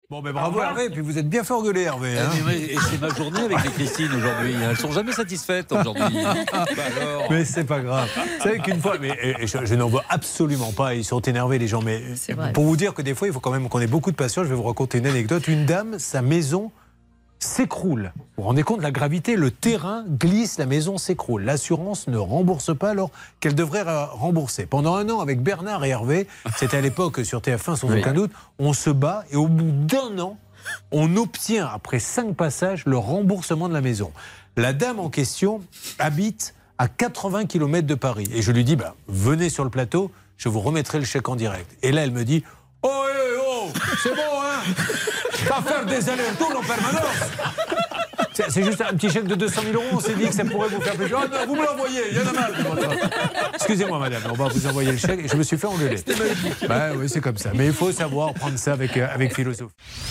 Bon, ben bravo Hervé, et puis vous êtes bien fait engueuler Hervé. Hein. Et c'est ma journée avec les Christine aujourd'hui. Elles sont jamais satisfaites aujourd'hui. Alors... Mais c'est pas grave. Vous savez qu'une fois, mais je n'en veux absolument pas, ils sont énervés les gens, mais pour vous dire que des fois, il faut quand même qu'on ait beaucoup de patience. Je vais vous raconter une anecdote. Une dame, sa maison s'écroule. Vous vous rendez compte de la gravité? Le terrain glisse, la maison s'écroule. L'assurance ne rembourse pas alors qu'elle devrait rembourser. Pendant un an, avec Bernard et Hervé, c'était à l'époque sur TF1 sans aucun doute, on se bat et au bout d'un an, on obtient, après 5 passages, le remboursement de la maison. La dame en question habite à 80 km de Paris. Et je lui dis, venez sur le plateau, je vous remettrai le chèque en direct. Et là, elle me dit, oh, c'est bon, hein? Pas faire des allers-retours en permanence. C'est juste un petit chèque de 200 000 €. On s'est dit que ça pourrait vous faire plaisir. Oh non, vous me l'envoyez, il y en a marre. Excusez-moi, madame, on va vous envoyer le chèque. Et je me suis fait engueuler. Oui, c'est comme ça. Mais il faut savoir prendre ça avec philosophie.